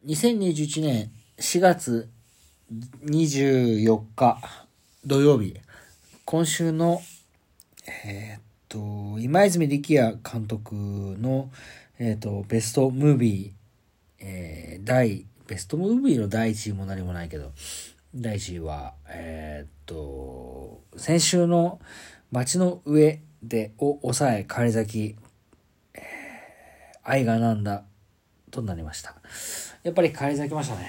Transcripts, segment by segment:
2021年4月24日土曜日、今週の今泉力也監督のベストムービー、ベストムービーの第1位も何もないけど、第1位は先週の街の上でを抑え返り咲き、愛がなんだとなりました。やっぱり返り咲きましたね。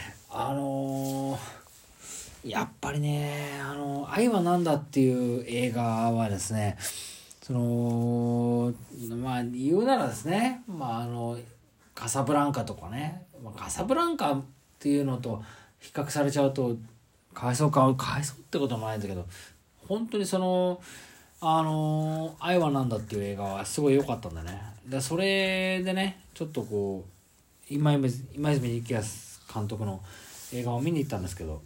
やっぱりね、愛はなんだっていう映画はですね、まあ言うならですね、カサブランカとかね、カサブランカっていうのと比較されちゃうとかわいそうってこともないんだけど、本当に愛はなんだっていう映画はすごい良かったんだね。でそれでね、ちょっとこう今泉力也監督の映画を見に行ったんですけど、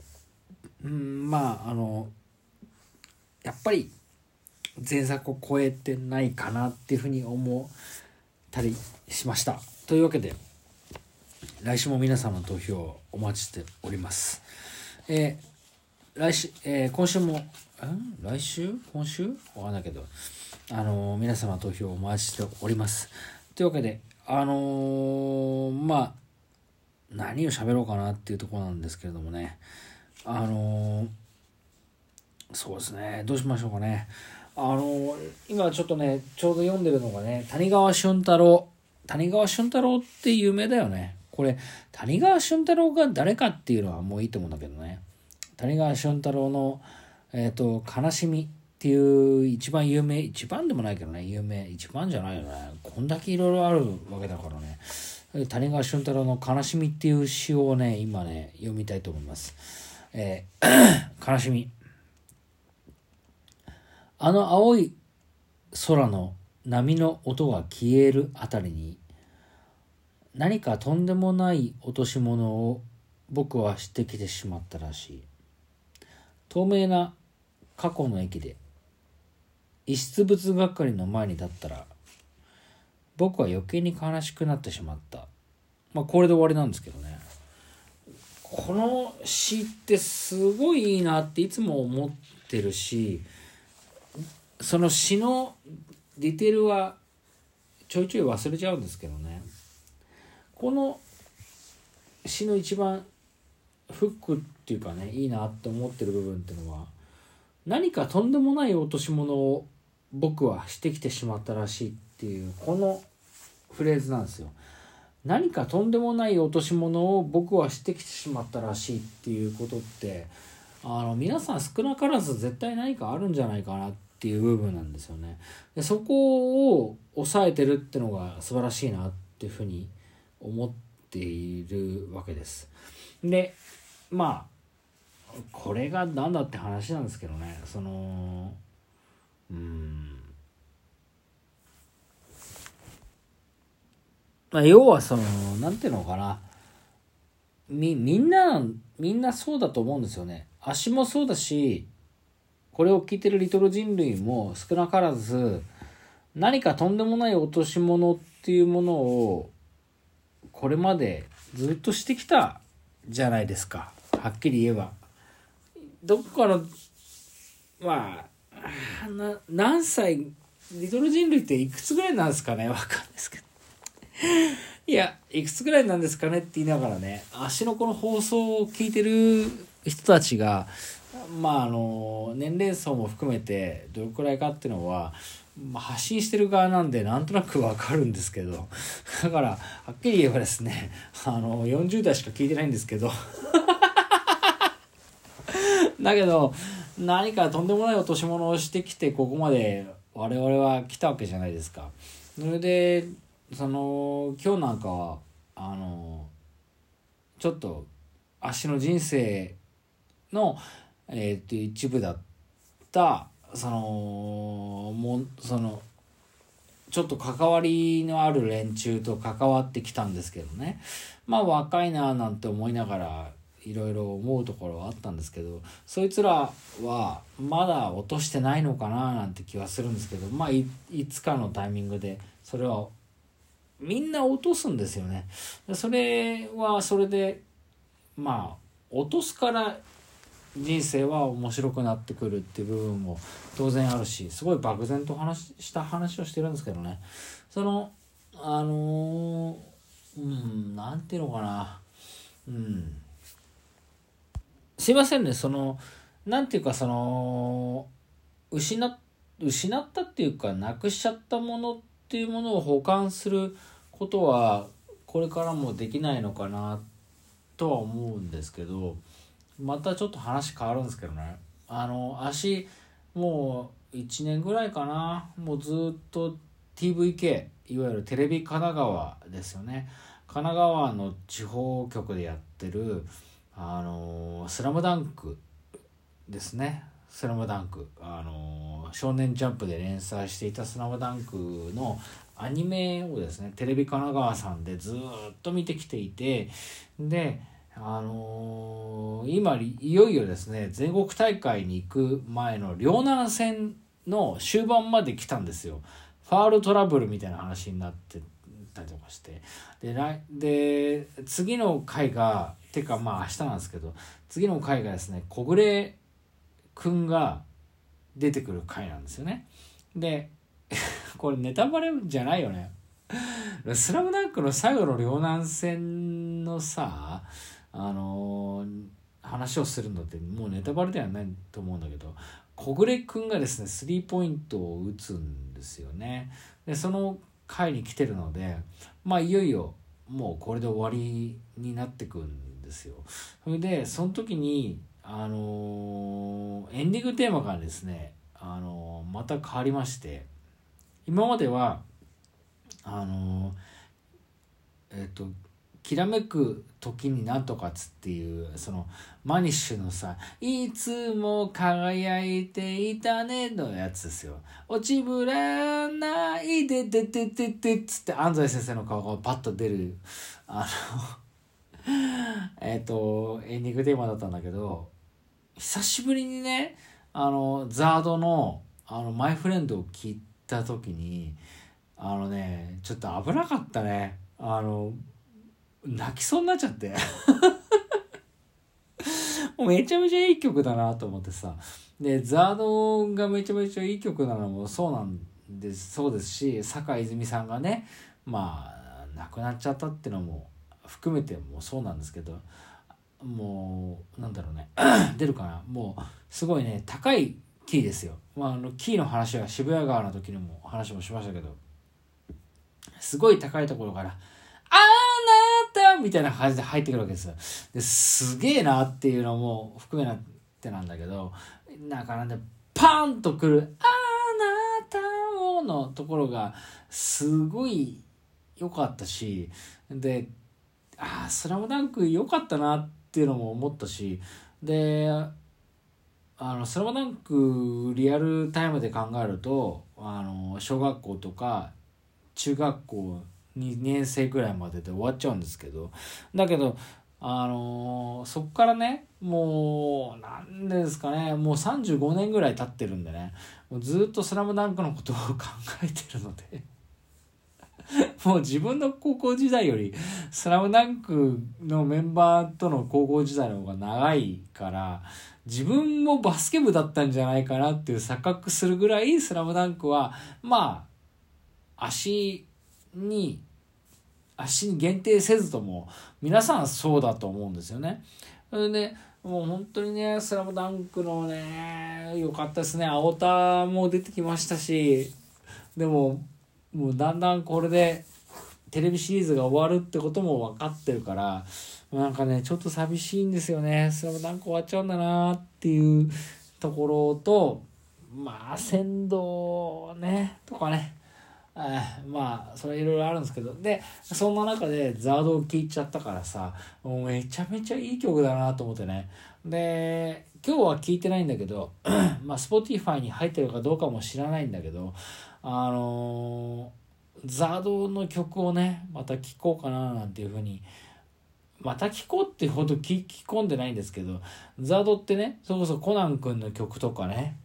やっぱり前作を超えてないかなっていうふうに思ったりしました。というわけで来週も皆さんの投票をお待ちしております。今週も今週わかんないけど皆様の投票をお待ちしております。というわけで何を喋ろうかなっていうところなんですけれどもね、そうですね、どうしましょうかね。今ちょっとね、ちょうど読んでるのがね、谷川俊太郎って有名だよね。これ谷川俊太郎が誰かっていうのはもういいと思うんだけどね、谷川俊太郎の悲しみっていう一番有名、一番でもないけどね、有名、一番じゃないよね、こんだけいろいろあるわけだからね。谷川俊太郎の悲しみっていう詩をね、今ね読みたいと思います。悲しみ。あの青い空の波の音が消えるあたりに、何かとんでもない落とし物を僕はしてきてしまったらしい。透明な過去の駅で遺失物係の前に立ったら、僕は余計に悲しくなってしまった。これで終わりなんですけどね。この詩ってすごいいいなっていつも思ってるし、その詩のディテールはちょいちょい忘れちゃうんですけどね、この詩の一番フックっていうかね、いいなって思ってる部分っていうのは、何かとんでもない落とし物を僕はしてきてしまったらしいっていうこのフレーズなんですよ。何かとんでもない落とし物を僕はしてきてしまったらしいっていうことって、皆さん少なからず絶対何かあるんじゃないかなっていう部分なんですよね。でそこを抑えてるってのが素晴らしいなっていうふうに思っているわけです。でこれがなんだって話なんですけどね、要はなんていうのかな、みんなそうだと思うんですよね。足もそうだし、これを聞いてるリトル人類も少なからず何かとんでもない落とし物っていうものをこれまでずっとしてきたじゃないですか。はっきり言えばどこから何歳、リトル人類っていくつぐらいなんですかね、わかんないですけどいや、いくつぐらいなんですかねって言いながらね、足のこの放送を聞いてる人たちが年齢層も含めてどれくらいかっていうのは、発信してる側なんでなんとなくわかるんですけど、だからはっきり言えばですね、40代しか聞いてないんですけどだけど何かとんでもない落とし物をしてきてここまで我々は来たわけじゃないですか。それで今日なんかはちょっと足の人生の一部だったちょっと関わりのある連中と関わってきたんですけどね、若いななんて思いながらいろいろ思うところはあったんですけど、そいつらはまだ落としてないのかななんて気はするんですけど、いつかのタイミングでそれはみんな落とすんですよね。それはそれでまあ落とすから人生は面白くなってくるっていう部分も当然あるし、すごい漠然とした話をしてるんですけどね。そのなんていうのかな、すいませんね、なんていうか失ったっていうかなくしちゃったものっていうものを保管することはこれからもできないのかなとは思うんですけど、またちょっと話変わるんですけどね、足もう1年ぐらいかな、もうずっと TVK いわゆるテレビ神奈川ですよね、神奈川の地方局でやってるスラムダンクですね。スラムダンク、少年ジャンプで連載していたスラムダンクのアニメをですね、テレビ神奈川さんでずっと見てきていて、で今いよいよですね、全国大会に行く前の陵南戦の終盤まで来たんですよ。ファールトラブルみたいな話になってたりとかして、で次の回がてかまあ明日なんですけど、次の回がですね、小暮くんが出てくる回なんですよね。でこれネタバレじゃないよね。スラムダンクの最後の陵南戦のさ、話をするのってもうネタバレではないと思うんだけど、小暮くんがですねスリーポイントを打つんですよね。でその回に来てるので、まあいよいよもうこれで終わりになってくんですよ。それでその時にエンディングテーマがですねまた変わりまして、今まではきらめく時になんとかつっていうそのマニッシュのさ、いつも輝いていたねのやつですよ。落ちぶらないでででででつって安西先生の顔がパッと出るエンディングテーマだったんだけど、久しぶりにねザードのマイフレンドを聞いた時にちょっと危なかったね。泣きそうになっちゃってもうめちゃめちゃいい曲だなと思ってさ。でザードがめちゃめちゃいい曲なのもそうですし、坂井泉さんがねまあ亡くなっちゃったってのも含めてもそうなんですけど、もうなんだろうね出るかな、もうすごいね高いキーですよ。キーの話は渋谷川の時にも話もしましたけど、すごい高いところからあなたみたいな感じで入ってくるわけですよ。ですげえなっていうのも含めなってなんだけど、なんでパーンとくるあなたをのところがすごい良かったし、でスラムダンク良かったなっていうのも思ったし、でスラムダンクリアルタイムで考えると小学校とか中学校2年生ぐらいまでで終わっちゃうんですけど、だけどそっからねもうなんですかね、もう35年ぐらい経ってるんでね、もうずっとスラムダンクのことを考えてるのでもう自分の高校時代よりスラムダンクのメンバーとの高校時代の方が長いから、自分もバスケ部だったんじゃないかなっていう錯覚するぐらいスラムダンクはまあ足に限定せずとも皆さんそうだと思うんですよね。それでもう本当にねスラムダンクのね良かったですね。青田も出てきましたし、でもうだんだんこれでテレビシリーズが終わるってことも分かってるから、なんかねちょっと寂しいんですよね。スラムダンク終わっちゃうんだなっていうところと、まあ仙道ねとかね、まあそれいろいろあるんですけど、でそんな中でザードを聴いちゃったからさ、もうめちゃめちゃいい曲だなと思ってね。で今日は聴いてないんだけどまあ Spotify に入ってるかどうかも知らないんだけど、ザードの曲をねまた聴こうかななんていうふうに、また聴こうっていうほど聴き込んでないんですけど、ザードってねそれこそコナン君の曲とかね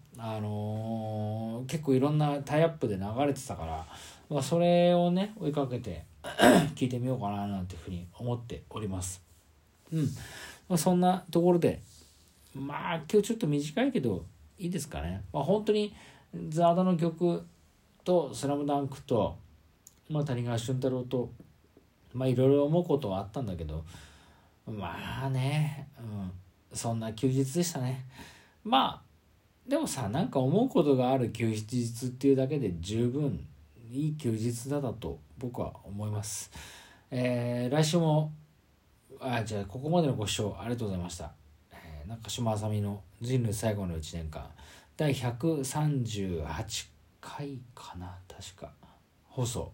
結構いろんなタイアップで流れてたから、まあ、それをね追いかけて聞いてみようかななんていうふうに思っております。そんなところで今日ちょっと短いけどいいですかね。本当にザードの曲とスラムダンクと、谷川俊太郎といろいろ思うことはあったんだけどそんな休日でしたね。でもさ、なんか思うことがある休日っていうだけで十分いい休日だと僕は思います。来週もじゃあここまでのご視聴ありがとうございました。中島あさみの人類最後の1年間第138回かな、確か放送、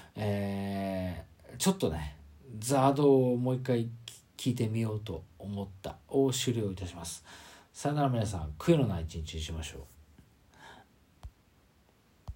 ちょっとねザードをもう一回聞いてみようと思ったを終了いたします。さよなら皆さん、悔いのない一日にしましょう。